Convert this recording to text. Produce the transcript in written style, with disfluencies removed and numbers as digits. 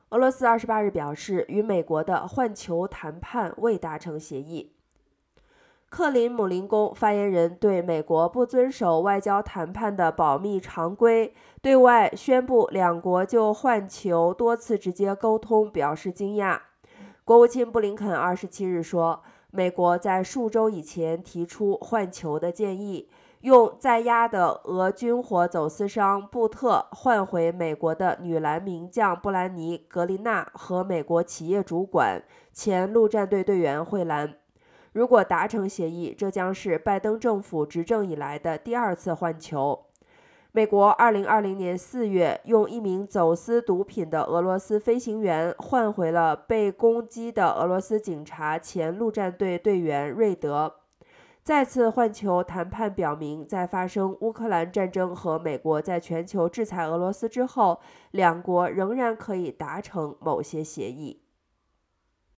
俄罗斯28日表示，与美国的换球谈判未达成协议。克林姆林宫发言人对美国不遵守外交谈判的保密常规，对外宣布两国就换球多次直接沟通表示惊讶。国务卿布林肯27日说，美国在数周以前提出换球的建议，用在押的俄军火走私商布特换回美国的女篮名将布兰妮·格林纳和美国企业主管、前陆战队队员惠兰。如果达成协议，这将是拜登政府执政以来的第二次换球。美国2020年4月用一名走私毒品的俄罗斯飞行员换回了被攻击的俄罗斯警察前陆战队队员瑞德。再次换球谈判表明，在发生乌克兰战争和美国在全球制裁俄罗斯之后，两国仍然可以达成某些协议。